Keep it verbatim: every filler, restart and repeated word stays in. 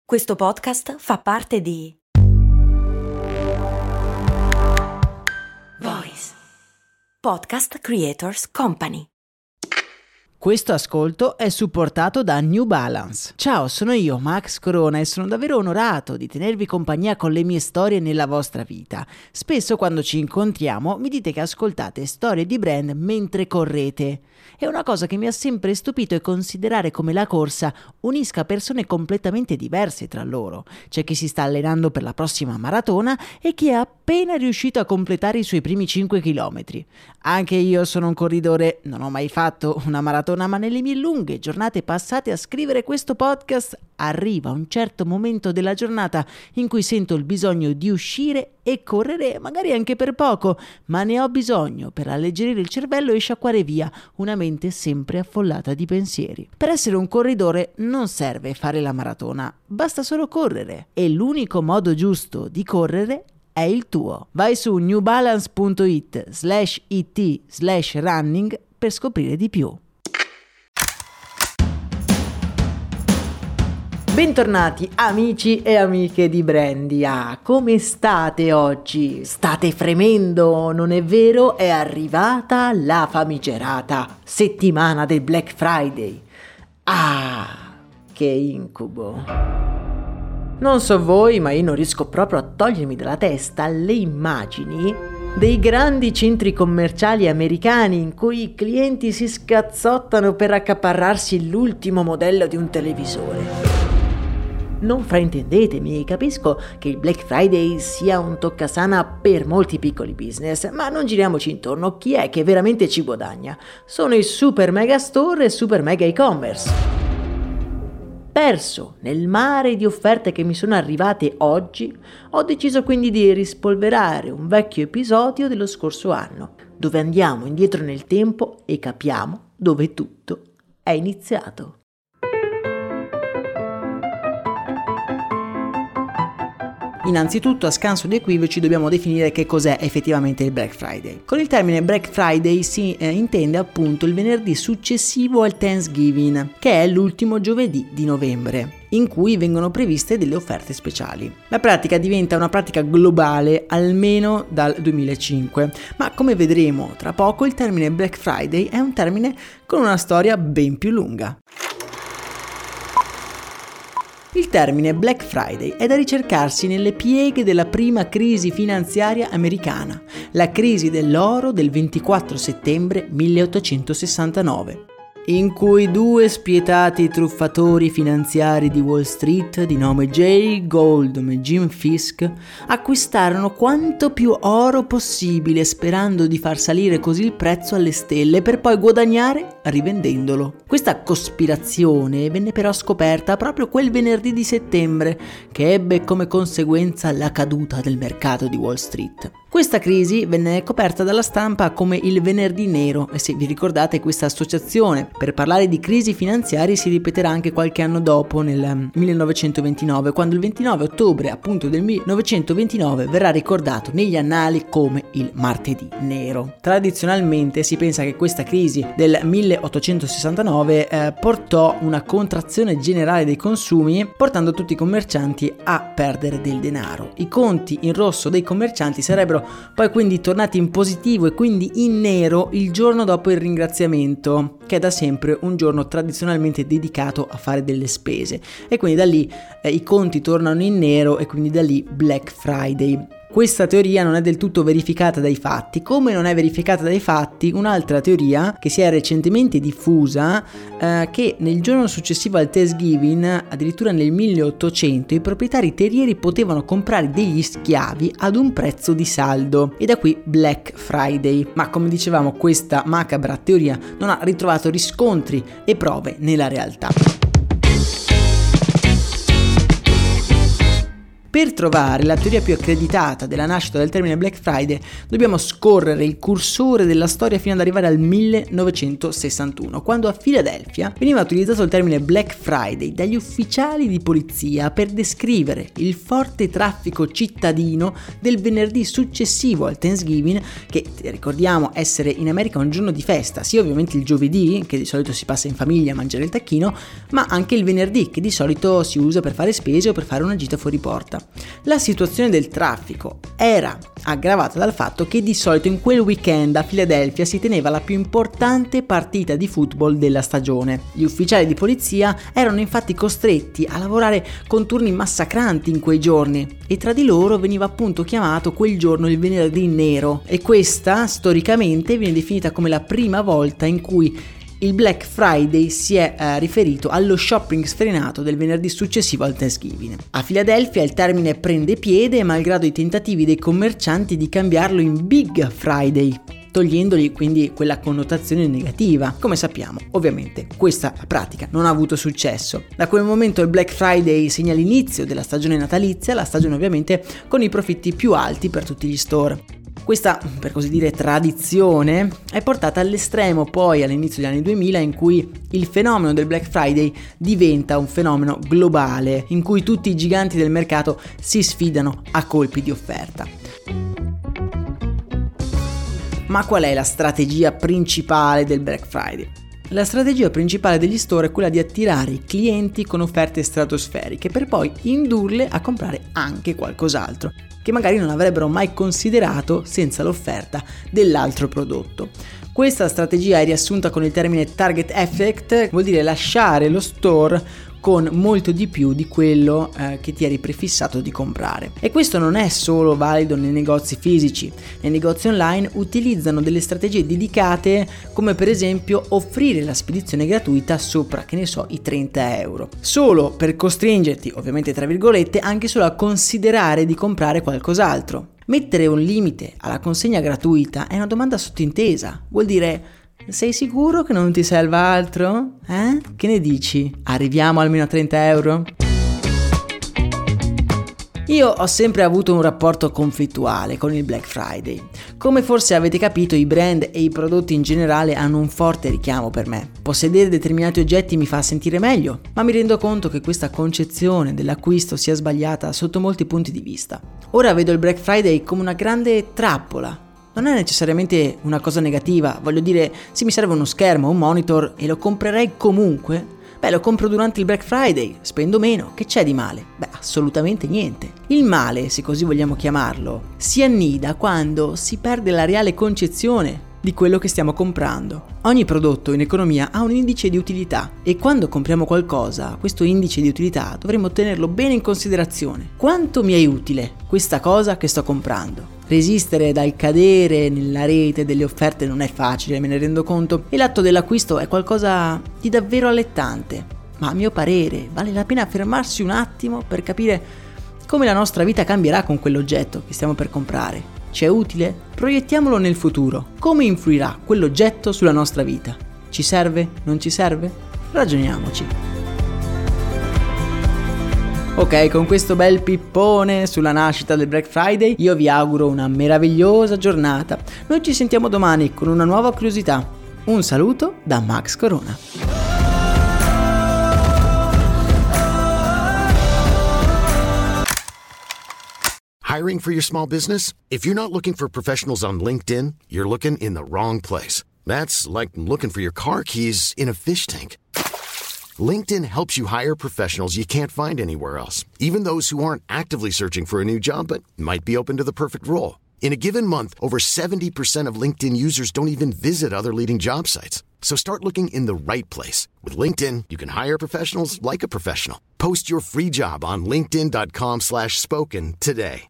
Questo podcast fa parte di Voice Podcast Creators Company. Questo ascolto è supportato da New Balance. Ciao, sono io, Max Corona, e sono davvero onorato di tenervi compagnia con le mie storie nella vostra vita. Spesso quando ci incontriamo mi dite che ascoltate storie di brand mentre correte. E una cosa che mi ha sempre stupito è considerare come la corsa unisca persone completamente diverse tra loro. C'è chi si sta allenando per la prossima maratona e chi è appena riuscito a completare i suoi primi cinque chilometri. Anche io sono un corridore, non ho mai fatto una maratona, ma nelle mie lunghe giornate passate a scrivere questo podcast arriva un certo momento della giornata in cui sento il bisogno di uscire e correre, magari anche per poco, ma ne ho bisogno per alleggerire il cervello e sciacquare via una mente sempre affollata di pensieri. Per essere un corridore non serve fare la maratona, basta solo correre, e l'unico modo giusto di correre è il tuo. Vai su newbalance.it slash it slash running per scoprire di più. Bentornati amici e amiche di Brandia, come state oggi? State fremendo, non è vero? È arrivata la famigerata settimana del Black Friday. Ah, che incubo! Non so voi, ma io non riesco proprio a togliermi dalla testa le immagini dei grandi centri commerciali americani in cui i clienti si scazzottano per accaparrarsi l'ultimo modello di un televisore. Non fraintendetemi, capisco che il Black Friday sia un toccasana per molti piccoli business, ma non giriamoci intorno, chi è che veramente ci guadagna? Sono i super mega store e super mega e-commerce. Perso nel mare di offerte che mi sono arrivate oggi, ho deciso quindi di rispolverare un vecchio episodio dello scorso anno, dove andiamo indietro nel tempo e capiamo dove tutto è iniziato. Innanzitutto, a scanso di equivoci, dobbiamo definire che cos'è effettivamente il Black Friday. Con il termine Black Friday si eh, intende appunto il venerdì successivo al Thanksgiving, che è l'ultimo giovedì di novembre, in cui vengono previste delle offerte speciali. La pratica diventa una pratica globale almeno dal duemilacinque, ma come vedremo tra poco il termine Black Friday è un termine con una storia ben più lunga. Il termine Black Friday è da ricercarsi nelle pieghe della prima crisi finanziaria americana, la crisi dell'oro del ventiquattro settembre milleottocentosessantanove, in cui due spietati truffatori finanziari di Wall Street di nome Jay Goldman e Jim Fisk acquistarono quanto più oro possibile sperando di far salire così il prezzo alle stelle per poi guadagnare rivendendolo. Questa cospirazione venne però scoperta proprio quel venerdì di settembre, che ebbe come conseguenza la caduta del mercato di Wall Street. Questa crisi venne coperta dalla stampa come il venerdì nero, e se vi ricordate questa associazione per parlare di crisi finanziarie si ripeterà anche qualche anno dopo, nel millenovecentoventinove, quando il ventinove ottobre appunto del millenovecentoventinove verrà ricordato negli annali come il martedì nero. Tradizionalmente si pensa che questa crisi del milleottocentosessantanove eh, portò una contrazione generale dei consumi, portando tutti i commercianti a perdere del denaro. I conti in rosso dei commercianti sarebbero poi quindi tornati in positivo e quindi in nero il giorno dopo il ringraziamento, che è da sempre un giorno tradizionalmente dedicato a fare delle spese, e quindi da lì eh, i conti tornano in nero e quindi da lì Black Friday. Questa teoria non è del tutto verificata dai fatti, come non è verificata dai fatti un'altra teoria che si è recentemente diffusa, eh, che nel giorno successivo al Thanksgiving, addirittura nel milleottocento, i proprietari terrieri potevano comprare degli schiavi ad un prezzo di saldo, e da qui Black Friday. Ma come dicevamo, questa macabra teoria non ha ritrovato riscontri e prove nella realtà. Per trovare la teoria più accreditata della nascita del termine Black Friday dobbiamo scorrere il cursore della storia fino ad arrivare al millenovecentosessantuno, quando a Filadelfia veniva utilizzato il termine Black Friday dagli ufficiali di polizia per descrivere il forte traffico cittadino del venerdì successivo al Thanksgiving, che ricordiamo essere in America un giorno di festa, sia ovviamente il giovedì, che di solito si passa in famiglia a mangiare il tacchino, ma anche il venerdì, che di solito si usa per fare spese o per fare una gita fuori porta. La situazione del traffico era aggravata dal fatto che di solito in quel weekend a Filadelfia si teneva la più importante partita di football della stagione. Gli ufficiali di polizia erano infatti costretti a lavorare con turni massacranti in quei giorni e tra di loro veniva appunto chiamato quel giorno il venerdì nero, e questa storicamente viene definita come la prima volta in cui il Black Friday si è eh, riferito allo shopping sfrenato del venerdì successivo al Thanksgiving. A Filadelfia il termine prende piede malgrado i tentativi dei commercianti di cambiarlo in Big Friday, togliendogli quindi quella connotazione negativa. Come sappiamo, ovviamente questa pratica non ha avuto successo. Da quel momento il Black Friday segna l'inizio della stagione natalizia, la stagione ovviamente con i profitti più alti per tutti gli store. Questa, per così dire, tradizione è portata all'estremo poi all'inizio degli anni duemila, in cui il fenomeno del Black Friday diventa un fenomeno globale, in cui tutti i giganti del mercato si sfidano a colpi di offerta. Ma qual è la strategia principale del Black Friday? La strategia principale degli store è quella di attirare i clienti con offerte stratosferiche per poi indurle a comprare anche qualcos'altro che magari non avrebbero mai considerato senza l'offerta dell'altro prodotto. Questa strategia è riassunta con il termine target effect, vuol dire lasciare lo store con molto di più di quello eh, che ti eri prefissato di comprare. E questo non è solo valido nei negozi fisici. Nei negozi online utilizzano delle strategie dedicate, come per esempio offrire la spedizione gratuita sopra, che ne so, i trenta euro, solo per costringerti, ovviamente tra virgolette, anche solo a considerare di comprare qualcos'altro. Mettere un limite alla consegna gratuita è una domanda sottintesa, vuol dire: sei sicuro che non ti serva altro? Eh? Che ne dici? Arriviamo almeno a trenta euro? Io ho sempre avuto un rapporto conflittuale con il Black Friday. Come forse avete capito, i brand e i prodotti in generale hanno un forte richiamo per me. Possedere determinati oggetti mi fa sentire meglio, ma mi rendo conto che questa concezione dell'acquisto sia sbagliata sotto molti punti di vista. Ora vedo il Black Friday come una grande trappola. Non è necessariamente una cosa negativa, voglio dire, se mi serve uno schermo, un monitor e lo comprerei comunque, beh, lo compro durante il Black Friday, spendo meno, che c'è di male? Beh, assolutamente niente. Il male, se così vogliamo chiamarlo, si annida quando si perde la reale concezione di quello che stiamo comprando. Ogni prodotto in economia ha un indice di utilità e quando compriamo qualcosa, questo indice di utilità dovremmo tenerlo bene in considerazione. Quanto mi è utile questa cosa che sto comprando? Resistere dal cadere nella rete delle offerte non è facile, me ne rendo conto, e l'atto dell'acquisto è qualcosa di davvero allettante. Ma a mio parere vale la pena fermarsi un attimo per capire come la nostra vita cambierà con quell'oggetto che stiamo per comprare. Ci è utile? Proiettiamolo nel futuro. Come influirà quell'oggetto sulla nostra vita? Ci serve? Non ci serve? Ragioniamoci. Ok, con questo bel pippone sulla nascita del Black Friday io vi auguro una meravigliosa giornata. Noi ci sentiamo domani con una nuova curiosità. Un saluto da Max Corona. Hiring for your small business? If you're not looking for professionals on LinkedIn, you're looking in the wrong place. That's like looking for your car keys in a fish tank. LinkedIn helps you hire professionals you can't find anywhere else, even those who aren't actively searching for a new job but might be open to the perfect role. In a given month, over seventy percent of LinkedIn users don't even visit other leading job sites. So start looking in the right place. With LinkedIn, you can hire professionals like a professional. Post your free job on linkedin dot com slash spoken today.